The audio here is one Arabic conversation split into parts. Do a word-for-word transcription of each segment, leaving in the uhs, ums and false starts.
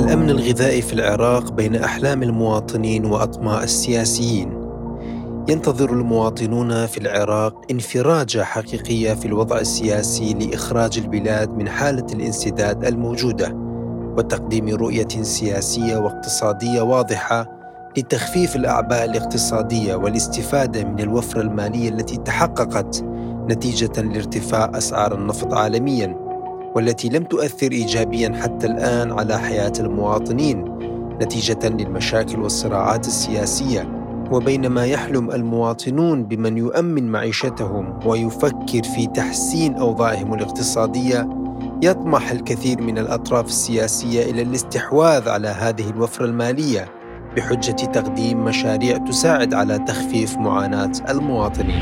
الأمن الغذائي في العراق بين أحلام المواطنين وأطماع السياسيين. ينتظر المواطنون في العراق انفراجة حقيقية في الوضع السياسي لإخراج البلاد من حالة الانسداد الموجودة، وتقديم رؤية سياسية واقتصادية واضحة لتخفيف الأعباء الاقتصادية والاستفادة من الوفرة المالية التي تحققت نتيجة لارتفاع أسعار النفط عالمياً، والتي لم تؤثر إيجابياً حتى الآن على حياة المواطنين نتيجة للمشاكل والصراعات السياسية. وبينما يحلم المواطنون بمن يؤمن معيشتهم ويفكر في تحسين أوضاعهم الاقتصادية، يطمح الكثير من الأطراف السياسية إلى الاستحواذ على هذه الوفرة المالية بحجة تقديم مشاريع تساعد على تخفيف معاناة المواطنين.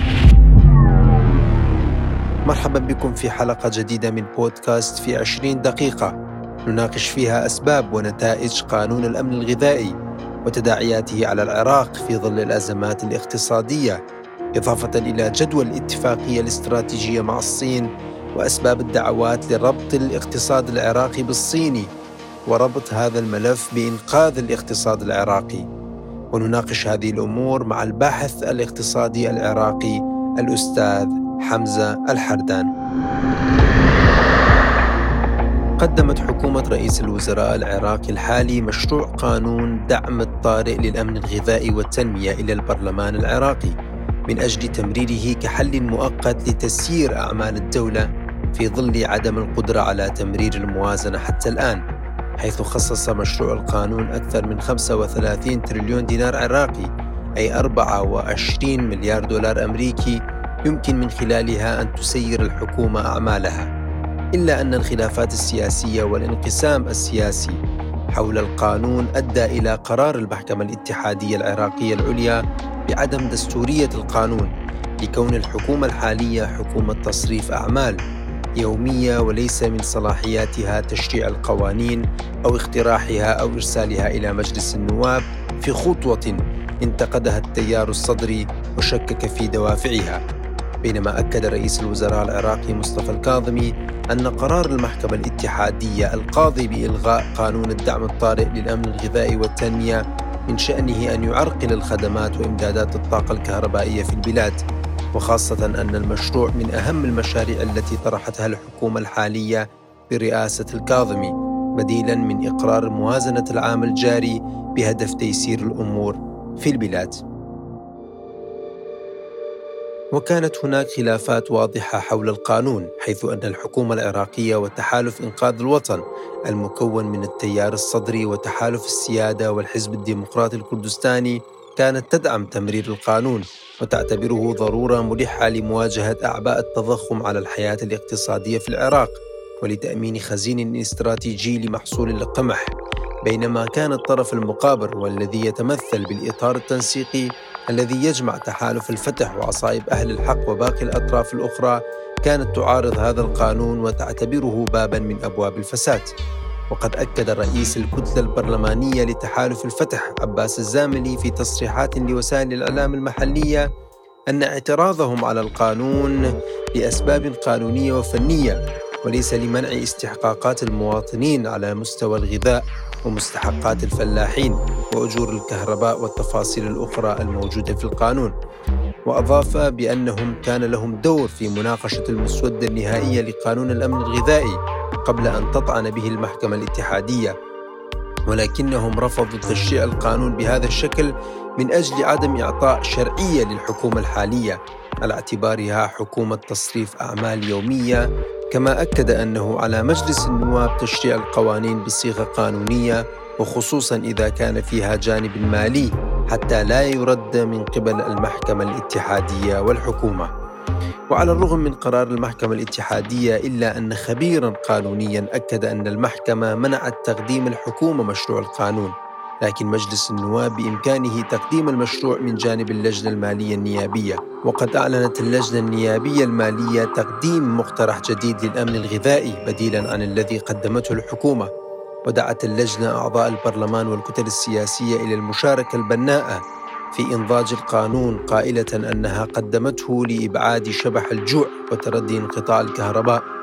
مرحبا بكم في حلقة جديدة من بودكاست في عشرين دقيقة نناقش فيها أسباب ونتائج قانون الأمن الغذائي وتداعياته على العراق في ظل الأزمات الاقتصادية، إضافة إلى جدوى الاتفاقية الاستراتيجية مع الصين وأسباب الدعوات لربط الاقتصاد العراقي بالصيني وربط هذا الملف بإنقاذ الاقتصاد العراقي. ونناقش هذه الأمور مع الباحث الاقتصادي العراقي الأستاذ حمزة الحردان. قدمت حكومة رئيس الوزراء العراقي الحالي مشروع قانون دعم الطارئ للأمن الغذائي والتنمية إلى البرلمان العراقي من أجل تمريره كحل مؤقت لتسيير أعمال الدولة في ظل عدم القدرة على تمرير الموازنة حتى الآن، حيث خصص مشروع القانون أكثر من خمسة وثلاثين تريليون دينار عراقي، أي أربعة وعشرين مليار دولار أمريكي، يمكن من خلالها أن تسير الحكومة أعمالها. إلا أن الخلافات السياسية والانقسام السياسي حول القانون أدى إلى قرار المحكمة الاتحادية العراقية العليا بعدم دستورية القانون، لكون الحكومة الحالية حكومة تصريف أعمال يومية وليس من صلاحياتها تشريع القوانين أو اقتراحها أو إرسالها إلى مجلس النواب، في خطوة انتقدها التيار الصدري وشكك في دوافعها. بينما أكد رئيس الوزراء العراقي مصطفى الكاظمي أن قرار المحكمة الاتحادية القاضي بإلغاء قانون الدعم الطارئ للأمن الغذائي والتنمية من شأنه أن يعرقل الخدمات وإمدادات الطاقة الكهربائية في البلاد، وخاصة أن المشروع من أهم المشاريع التي طرحتها الحكومة الحالية برئاسة الكاظمي، بديلاً من إقرار موازنة العام الجاري بهدف تيسير الأمور في البلاد. وكانت هناك خلافات واضحة حول القانون، حيث أن الحكومة العراقية وتحالف إنقاذ الوطن المكون من التيار الصدري وتحالف السيادة والحزب الديمقراطي الكردستاني كانت تدعم تمرير القانون وتعتبره ضرورة ملحة لمواجهة أعباء التضخم على الحياة الاقتصادية في العراق ولتأمين خزين استراتيجي لمحصول القمح. بينما كان الطرف المقابل والذي يتمثل بالإطار التنسيقي الذي يجمع تحالف الفتح وعصائب أهل الحق وباقي الأطراف الأخرى كانت تعارض هذا القانون وتعتبره باباً من أبواب الفساد. وقد أكد رئيس الكتلة البرلمانية لتحالف الفتح عباس الزاملي في تصريحات لوسائل الإعلام المحلية أن اعتراضهم على القانون لأسباب قانونية وفنية وليس لمنع استحقاقات المواطنين على مستوى الغذاء ومستحقات الفلاحين وأجور الكهرباء والتفاصيل الأخرى الموجودة في القانون. وأضاف بأنهم كان لهم دور في مناقشة المسودة النهائية لقانون الأمن الغذائي قبل أن تطعن به المحكمة الاتحادية، ولكنهم رفضوا تشريع القانون بهذا الشكل من أجل عدم إعطاء شرعية للحكومة الحالية على اعتبارها حكومة تصريف أعمال يومية. كما أكد أنه على مجلس النواب تشريع القوانين بصيغة قانونية، وخصوصاً إذا كان فيها جانب مالي، حتى لا يرد من قبل المحكمة الاتحادية والحكومة. وعلى الرغم من قرار المحكمة الاتحادية، إلا أن خبيراً قانونياً أكد أن المحكمة منعت تقديم الحكومة مشروع القانون، لكن مجلس النواب بإمكانه تقديم المشروع من جانب اللجنة المالية النيابية. وقد أعلنت اللجنة النيابية المالية تقديم مقترح جديد للأمن الغذائي بديلاً عن الذي قدمته الحكومة. ودعت اللجنة أعضاء البرلمان والكتل السياسية إلى المشاركة البناءة في إنضاج القانون، قائلة أنها قدمته لإبعاد شبح الجوع وتردي انقطاع الكهرباء.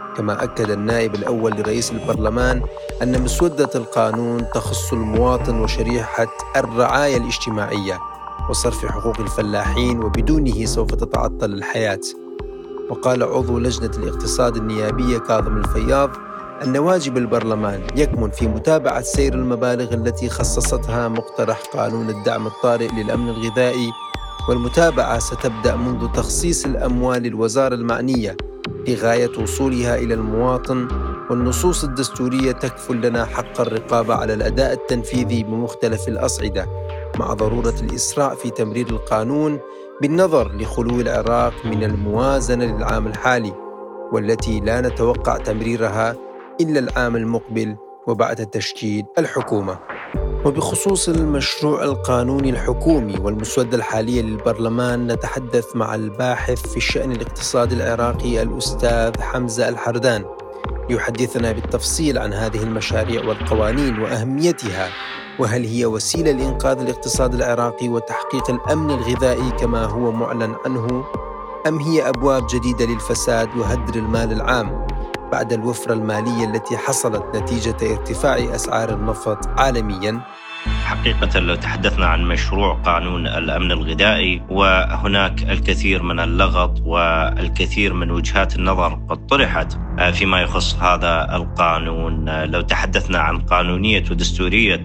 كما أكد النائب الأول لرئيس البرلمان أن مسودة القانون تخص المواطن وشريحة الرعاية الاجتماعية وصرف حقوق الفلاحين، وبدونه سوف تتعطل الحياة. وقال عضو لجنة الاقتصاد النيابية كاظم الفياض أن واجب البرلمان يكمن في متابعة سير المبالغ التي خصصتها مقترح قانون الدعم الطارئ للأمن الغذائي، والمتابعة ستبدأ منذ تخصيص الأموال للوزارة المعنية لغاية وصولها إلى المواطن، والنصوص الدستورية تكفل لنا حق الرقابة على الأداء التنفيذي بمختلف الأصعدة، مع ضرورة الإسراع في تمرير القانون بالنظر لخلو العراق من الموازنة للعام الحالي، والتي لا نتوقع تمريرها إلا العام المقبل وبعد تشكيل الحكومة. وبخصوص المشروع القانوني الحكومي والمسودة الحالية للبرلمان، نتحدث مع الباحث في الشأن الاقتصادي العراقي الأستاذ حمزة الحردان ليحدثنا بالتفصيل عن هذه المشاريع والقوانين وأهميتها، وهل هي وسيلة لإنقاذ الاقتصاد العراقي وتحقيق الأمن الغذائي كما هو معلن عنه، أم هي أبواب جديدة للفساد وهدر المال العام بعد الوفرة المالية التي حصلت نتيجة ارتفاع أسعار النفط عالمياً؟ حقيقة لو تحدثنا عن مشروع قانون الأمن الغذائي، وهناك الكثير من اللغط والكثير من وجهات النظر قد طرحت فيما يخص هذا القانون. لو تحدثنا عن قانونية ودستورية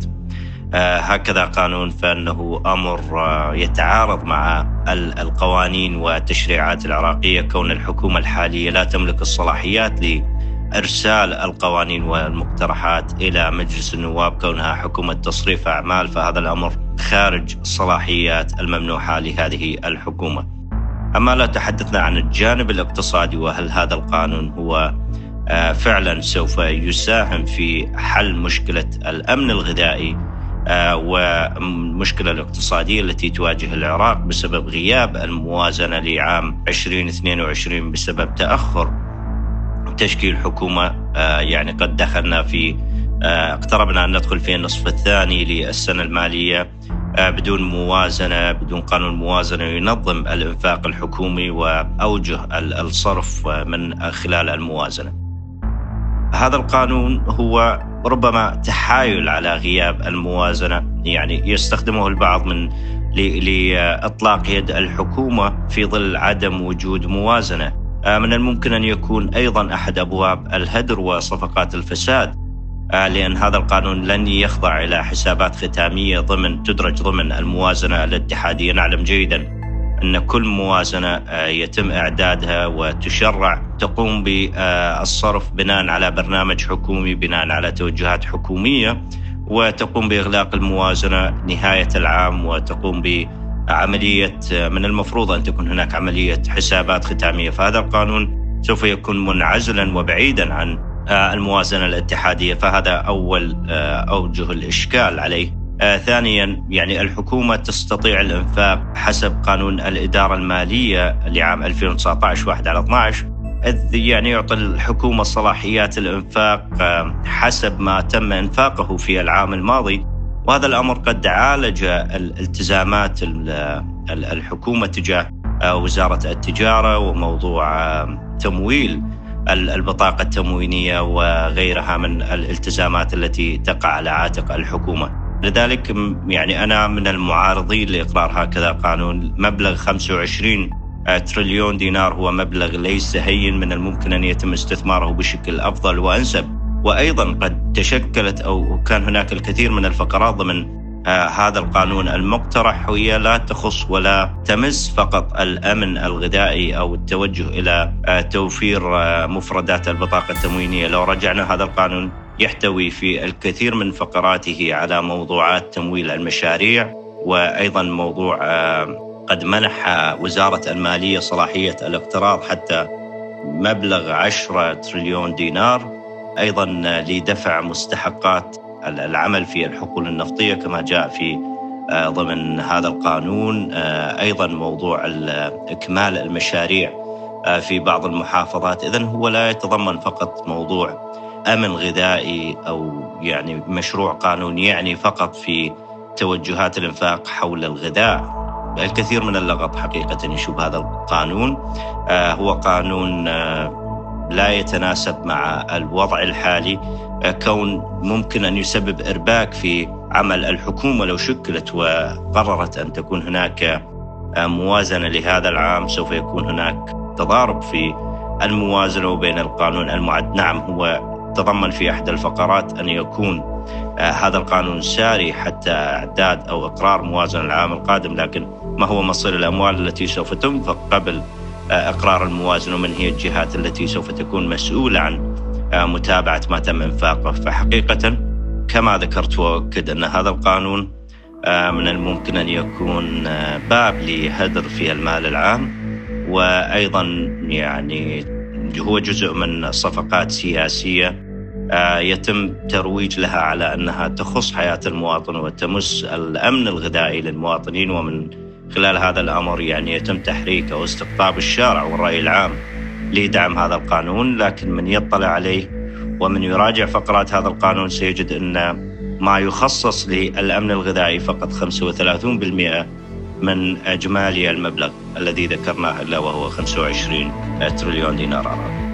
هكذا قانون، فإنه أمر يتعارض مع القوانين والتشريعات العراقية، كون الحكومة الحالية لا تملك الصلاحيات لإرسال القوانين والمقترحات إلى مجلس النواب، كونها حكومة تصريف أعمال، فهذا الأمر خارج الصلاحيات الممنوحة لهذه الحكومة. أما لو تحدثنا عن الجانب الاقتصادي، وهل هذا القانون هو فعلا سوف يساهم في حل مشكلة الأمن الغذائي والمشكلة الاقتصادية التي تواجه العراق بسبب غياب الموازنة لعام عشرين اثنين وعشرين بسبب تأخر تشكيل حكومة. يعني قد دخلنا في اقتربنا أن ندخل في النصف الثاني للسنة المالية بدون موازنة، بدون قانون موازنة ينظم الإنفاق الحكومي وأوجه الصرف من خلال الموازنة. هذا القانون هو ربما تحايل على غياب الموازنة، يعني يستخدمه البعض من لإطلاق يد الحكومة في ظل عدم وجود موازنة. من الممكن أن يكون أيضا أحد أبواب الهدر وصفقات الفساد، لأن هذا القانون لن يخضع إلى حسابات ختامية ضمن تدرج ضمن الموازنة الاتحادية. نعلم جيدا أن كل موازنة يتم إعدادها وتشرع تقوم بالصرف بناء على برنامج حكومي، بناء على توجهات حكومية، وتقوم بإغلاق الموازنة نهاية العام، وتقوم بعملية من المفروض أن تكون هناك عملية حسابات ختامية. فهذا القانون سوف يكون منعزلا وبعيدا عن الموازنة الاتحادية، فهذا أول أوجه الإشكال عليه. آه ثانيا، يعني الحكومة تستطيع الإنفاق حسب قانون الإدارة المالية لعام ألفين وتسعة عشر واحد على اثنا عشر، إذ يعني يعطي الحكومة صلاحيات الإنفاق آه حسب ما تم إنفاقه في العام الماضي، وهذا الأمر قد عالج الالتزامات الحكومة تجاه آه وزارة التجارة وموضوع آه تمويل البطاقة التموينية وغيرها من الالتزامات التي تقع على عاتق الحكومة. لذلك يعني أنا من المعارضين لإقرار هكذا قانون. مبلغ خمسة وعشرين تريليون دينار هو مبلغ ليس هين، من الممكن أن يتم استثماره بشكل أفضل وأنسب. وأيضا قد تشكلت أو كان هناك الكثير من الفقرات ضمن آه هذا القانون المقترح وهي لا تخص ولا تمس فقط الأمن الغذائي أو التوجه إلى آه توفير آه مفردات البطاقة التموينية. لو رجعنا هذا القانون يحتوي في الكثير من فقراته على موضوعات تمويل المشاريع، وأيضا موضوع آه قد منح وزارة المالية صلاحية الاقتراض حتى مبلغ عشرة تريليون دينار، أيضا لدفع مستحقات العمل في الحقول النفطية كما جاء في ضمن هذا القانون. أيضا موضوع إكمال المشاريع في بعض المحافظات. إذن هو لا يتضمن فقط موضوع أمن غذائي أو يعني مشروع قانون يعني فقط في توجهات الإنفاق حول الغذاء. الكثير من اللغط حقيقة يشوب هذا القانون. هو قانون لا يتناسب مع الوضع الحالي، كون ممكن أن يسبب إرباك في عمل الحكومة لو شكلت وقررت أن تكون هناك موازنة لهذا العام. سوف يكون هناك تضارب في الموازنة وبين القانون المعد. نعم، هو تضمن في أحد الفقرات أن يكون هذا القانون ساري حتى إعداد أو إقرار موازنة العام القادم، لكن ما هو مصير الأموال التي سوف تنفق قبل إقرار الموازنة، ومن هي الجهات التي سوف تكون مسؤولة عن متابعة ما تم إنفاقه؟ فحقيقة كما ذكرت وأؤكد أن هذا القانون من الممكن أن يكون باب لهدر في المال العام، وأيضا يعني هو جزء من صفقات سياسية يتم ترويج لها على أنها تخص حياة المواطن وتمس الأمن الغذائي للمواطنين، ومن خلال هذا الأمر يعني يتم تحريك أو استقطاب الشارع والرأي العام لدعم هذا القانون. لكن من يطلع عليه ومن يراجع فقرات هذا القانون سيجد أن ما يخصص للأمن الغذائي فقط خمسة وثلاثين بالمئة من إجمالي المبلغ الذي ذكرناه، إلا وهو خمسة وعشرين تريليون دينار عراقي.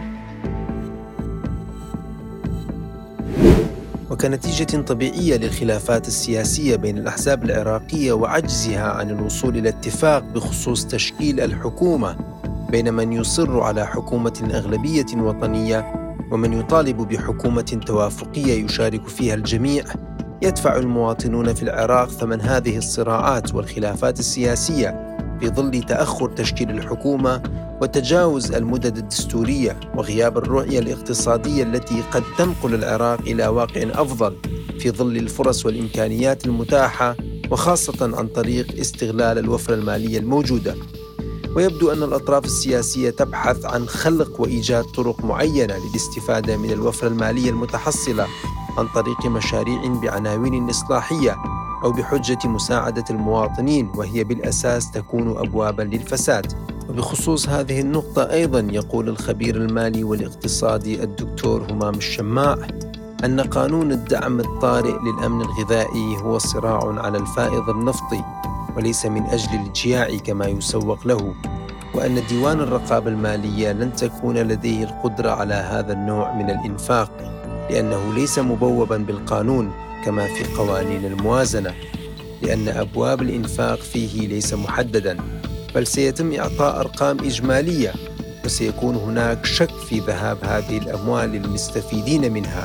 وكنتيجة طبيعية للخلافات السياسية بين الأحزاب العراقية وعجزها عن الوصول إلى اتفاق بخصوص تشكيل الحكومة بين من يصر على حكومة أغلبية وطنية ومن يطالب بحكومة توافقية يشارك فيها الجميع، يدفع المواطنون في العراق ثمن هذه الصراعات والخلافات السياسية في ظل تأخر تشكيل الحكومة وتجاوز المدد الدستورية وغياب الرؤية الاقتصادية التي قد تنقل العراق إلى واقع أفضل في ظل الفرص والإمكانيات المتاحة، وخاصة عن طريق استغلال الوفرة المالية الموجودة. ويبدو أن الأطراف السياسية تبحث عن خلق وإيجاد طرق معينة للاستفادة من الوفرة المالية المتحصلة عن طريق مشاريع بعناوين إصلاحية أو بحجة مساعدة المواطنين، وهي بالأساس تكون أبواباً للفساد. وبخصوص هذه النقطة أيضاً يقول الخبير المالي والاقتصادي الدكتور همام الشماع أن قانون الدعم الطارئ للأمن الغذائي هو صراع على الفائض النفطي وليس من أجل الجياع كما يسوق له، وأن ديوان الرقابة المالية لن تكون لديه القدرة على هذا النوع من الإنفاق لأنه ليس مبوباً بالقانون كما في قوانين الموازنة، لأن أبواب الإنفاق فيه ليس محدداً، بل سيتم إعطاء أرقام إجمالية، وسيكون هناك شك في ذهاب هذه الأموال للمستفيدين منها.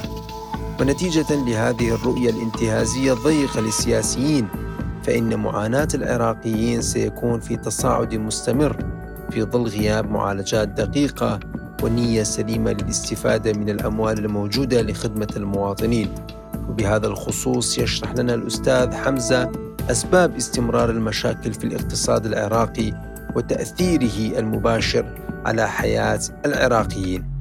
ونتيجة لهذه الرؤية الانتهازية الضيقة للسياسيين، فإن معاناة العراقيين سيكون في تصاعد مستمر في ظل غياب معالجات دقيقة ونية سليمة للاستفادة من الأموال الموجودة لخدمة المواطنين. وبهذا الخصوص يشرح لنا الأستاذ حمزة أسباب استمرار المشاكل في الاقتصاد العراقي وتأثيره المباشر على حياة العراقيين.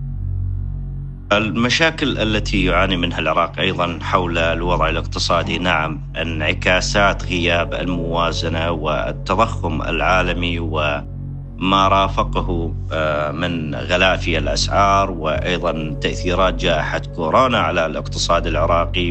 المشاكل التي يعاني منها العراق أيضا حول الوضع الاقتصادي، نعم، انعكاسات غياب الموازنة والتضخم العالمي وما رافقه من غلاء في الأسعار، وأيضا تأثيرات جائحة كورونا على الاقتصاد العراقي،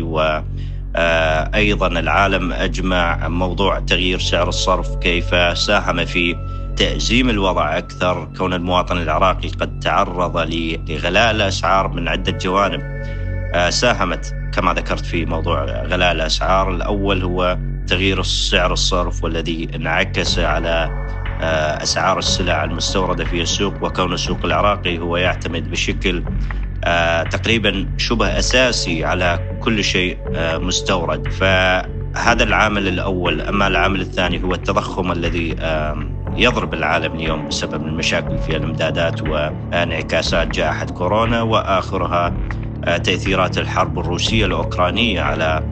وأيضا العالم أجمع موضوع تغيير سعر الصرف كيف ساهم في تأزيم الوضع أكثر، كون المواطن العراقي قد تعرض لغلاء الأسعار من عدة جوانب ساهمت كما ذكرت في موضوع غلاء الأسعار. الأول هو تغيير سعر الصرف والذي انعكس على أسعار السلع المستوردة في السوق، وكون السوق العراقي هو يعتمد بشكل تقريبا شبه أساسي على كل شيء مستورد، فهذا العامل الأول. أما العامل الثاني هو التضخم الذي يضرب العالم اليوم بسبب المشاكل في الإمدادات وانعكاسات جائحة كورونا، وآخرها تأثيرات الحرب الروسية الأوكرانية على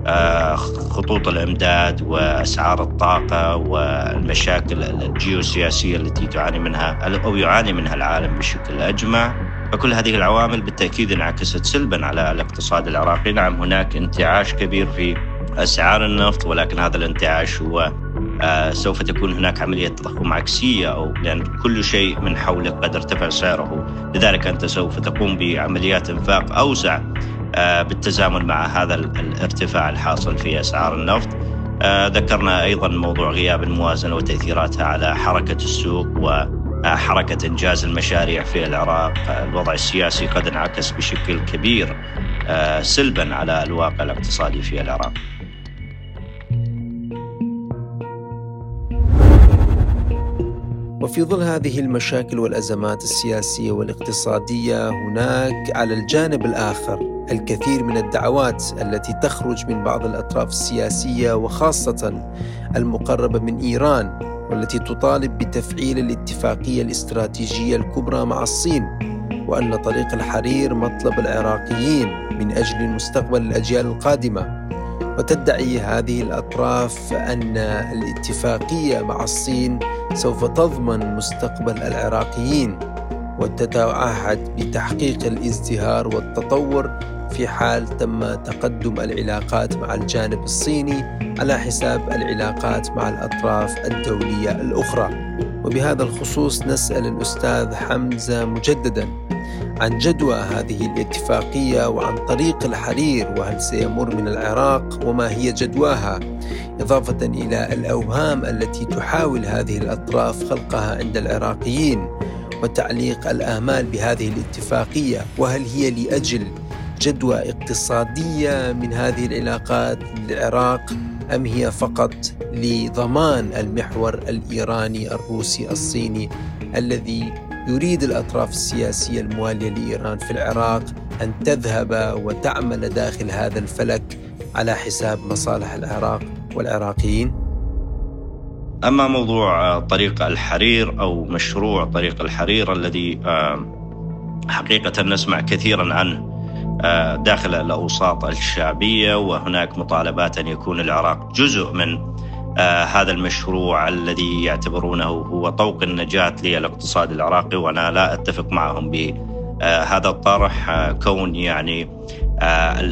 خطوط الإمداد وأسعار الطاقة والمشاكل الجيوسياسية التي تعاني منها أو يعاني منها العالم بشكل أجمع. فكل هذه العوامل بالتأكيد انعكست سلبا على الاقتصاد العراقي. نعم، هناك انتعاش كبير في أسعار النفط، ولكن هذا الانتعاش هو آه سوف تكون هناك عملية تضخم عكسية، أو لأن كل شيء من حولك قد ارتفع سعره، لذلك أنت سوف تقوم بعمليات إنفاق أوسع آه بالتزامن مع هذا الارتفاع الحاصل في أسعار النفط. آه ذكرنا أيضا موضوع غياب الموازنة وتأثيراتها على حركة السوق حركة إنجاز المشاريع في العراق. الوضع السياسي قد انعكس بشكل كبير سلبا على الواقع الاقتصادي في العراق. وفي ظل هذه المشاكل والأزمات السياسية والاقتصادية، هناك على الجانب الآخر الكثير من الدعوات التي تخرج من بعض الأطراف السياسية وخاصة المقربة من إيران، والتي تطالب بتفعيل الاتفاقية الاستراتيجية الكبرى مع الصين، وأن طريق الحرير مطلب العراقيين من أجل مستقبل الأجيال القادمة. وتدعي هذه الأطراف أن الاتفاقية مع الصين سوف تضمن مستقبل العراقيين، وتتعهد بتحقيق الازدهار والتطور في حال تم تقدم العلاقات مع الجانب الصيني على حساب العلاقات مع الأطراف الدولية الأخرى. وبهذا الخصوص نسأل الأستاذ حمزة مجدداً عن جدوى هذه الاتفاقية وعن طريق الحرير، وهل سيمر من العراق وما هي جدواها، إضافة إلى الأوهام التي تحاول هذه الأطراف خلقها عند العراقيين، وتعليق الآمال بهذه الاتفاقية، وهل هي لأجل جدوى اقتصادية من هذه العلاقات للعراق أم هي فقط لضمان المحور الإيراني الروسي الصيني الذي يريد الأطراف السياسية الموالية لإيران في العراق أن تذهب وتعمل داخل هذا الفلك على حساب مصالح العراق والعراقيين؟ أما موضوع طريق الحرير أو مشروع طريق الحرير الذي حقيقة نسمع كثيرا عنه داخل الأوساط الشعبية، وهناك مطالبات أن يكون العراق جزء من آه هذا المشروع الذي يعتبرونه هو طوق النجاة للاقتصاد العراقي، وأنا لا أتفق معهم بهذا الطرح. آه كون يعني آه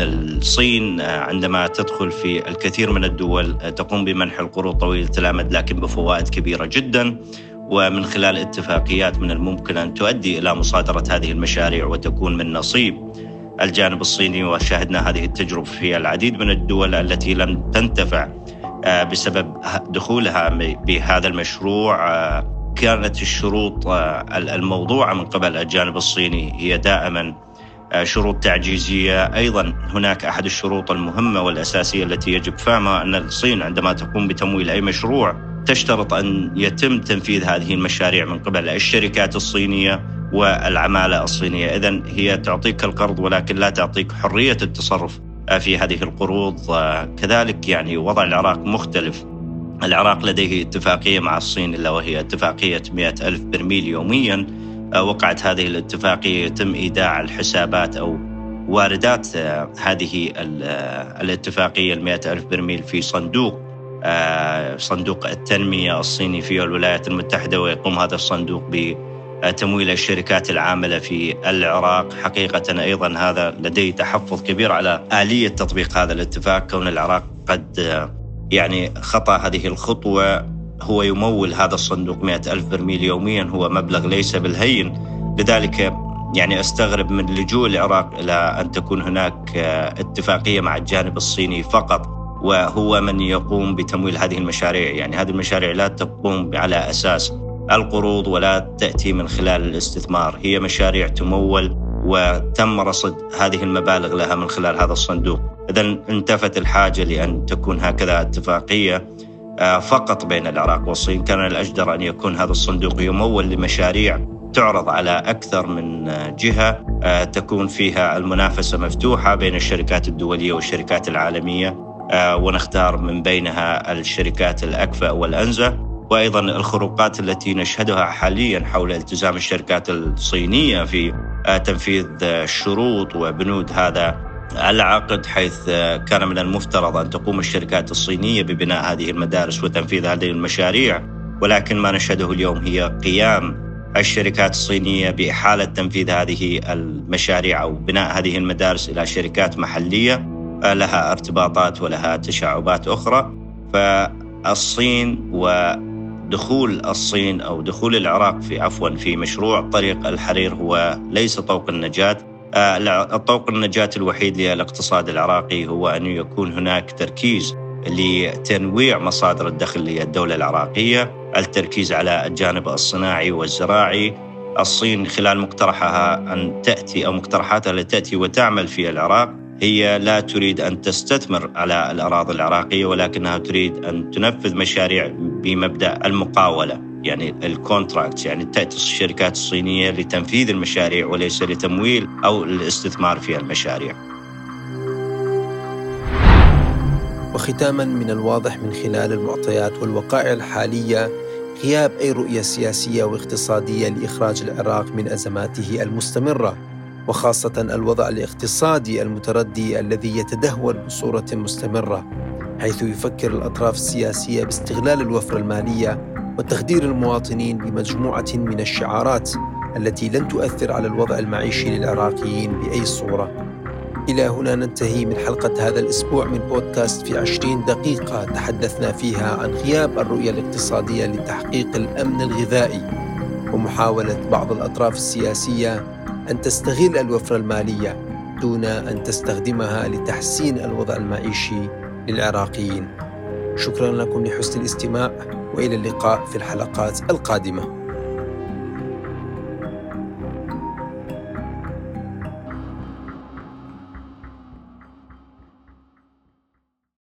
الصين آه عندما تدخل في الكثير من الدول آه تقوم بمنح القروض طويلة الأمد لكن بفوائد كبيرة جدا، ومن خلال اتفاقيات من الممكن أن تؤدي إلى مصادرة هذه المشاريع وتكون من نصيب الجانب الصيني. وشاهدنا هذه التجربة في العديد من الدول التي لم تنتفع بسبب دخولها بهذا المشروع. كانت الشروط الموضوعة من قبل الجانب الصيني هي دائما شروط تعجيزية. أيضا هناك أحد الشروط المهمة والأساسية التي يجب فهمها أن الصين عندما تقوم بتمويل أي مشروع تشترط أن يتم تنفيذ هذه المشاريع من قبل الشركات الصينية والعمالة الصينية. إذن هي تعطيك القرض ولكن لا تعطيك حرية التصرف في هذه القروض. كذلك يعني وضع العراق مختلف. العراق لديه اتفاقية مع الصين إلا وهي اتفاقية مئة ألف برميل يوميا. وقعت هذه الاتفاقية يتم إيداع الحسابات أو واردات هذه الاتفاقية المئة ألف برميل في صندوق صندوق التنمية الصيني في الولايات المتحدة، ويقوم هذا الصندوق بتمويل الشركات العاملة في العراق. حقيقة أيضا هذا لديه تحفظ كبير على آلية تطبيق هذا الاتفاق، كون العراق قد يعني خطأ هذه الخطوة. هو يمول هذا الصندوق مئة ألف برميل يوميا، هو مبلغ ليس بالهين. لذلك يعني أستغرب من لجوء العراق إلى أن تكون هناك اتفاقية مع الجانب الصيني فقط، وهو من يقوم بتمويل هذه المشاريع. يعني هذه المشاريع لا تقوم على أساس القروض ولا تأتي من خلال الاستثمار، هي مشاريع تمول وتم رصد هذه المبالغ لها من خلال هذا الصندوق. إذن انتفت الحاجة لأن تكون هكذا اتفاقية فقط بين العراق والصين. كان الأجدر أن يكون هذا الصندوق يمول لمشاريع تعرض على أكثر من جهة، تكون فيها المنافسة مفتوحة بين الشركات الدولية والشركات العالمية، ونختار من بينها الشركات الأكفأ والأنزه. وأيضا الخروقات التي نشهدها حاليا حول التزام الشركات الصينية في تنفيذ الشروط وبنود هذا العقد، حيث كان من المفترض أن تقوم الشركات الصينية ببناء هذه المدارس وتنفيذ هذه المشاريع، ولكن ما نشهده اليوم هي قيام الشركات الصينية بإحالة تنفيذ هذه المشاريع أو بناء هذه المدارس إلى شركات محلية لها ارتباطات ولها تشعبات أخرى. فالصين ودخول الصين أو دخول العراق في عفوا في مشروع طريق الحرير هو ليس طوق النجاة. الطوق النجاة الوحيد للاقتصاد العراقي هو أن يكون هناك تركيز لتنويع مصادر الدخل للدولة العراقية، التركيز على الجانب الصناعي والزراعي. الصين خلال مقترحها أن تأتي أو مقترحاتها التي تأتي وتعمل في العراق، هي لا تريد أن تستثمر على الأراضي العراقية، ولكنها تريد أن تنفذ مشاريع بمبدأ المقاولة، يعني الكونتراكت، يعني تأتي الشركات الصينية لتنفيذ المشاريع وليس لتمويل أو الاستثمار في المشاريع. وختاما، من الواضح من خلال المعطيات والوقائع الحالية غياب أي رؤية سياسية واقتصادية لإخراج العراق من أزماته المستمرة، وخاصة الوضع الاقتصادي المتردي الذي يتدهور بصورة مستمرة، حيث يفكر الأطراف السياسية باستغلال الوفرة المالية وتخدير المواطنين بمجموعة من الشعارات التي لن تؤثر على الوضع المعيشي للعراقيين بأي صورة. إلى هنا ننتهي من حلقة هذا الأسبوع من بودكاست في عشرين دقيقة، تحدثنا فيها عن غياب الرؤية الاقتصادية لتحقيق الأمن الغذائي، ومحاولة بعض الأطراف السياسية أن تستغل الوفرة المالية دون أن تستخدمها لتحسين الوضع المعيشي للعراقيين. شكرا لكم لحسن الاستماع، وإلى اللقاء في الحلقات القادمة.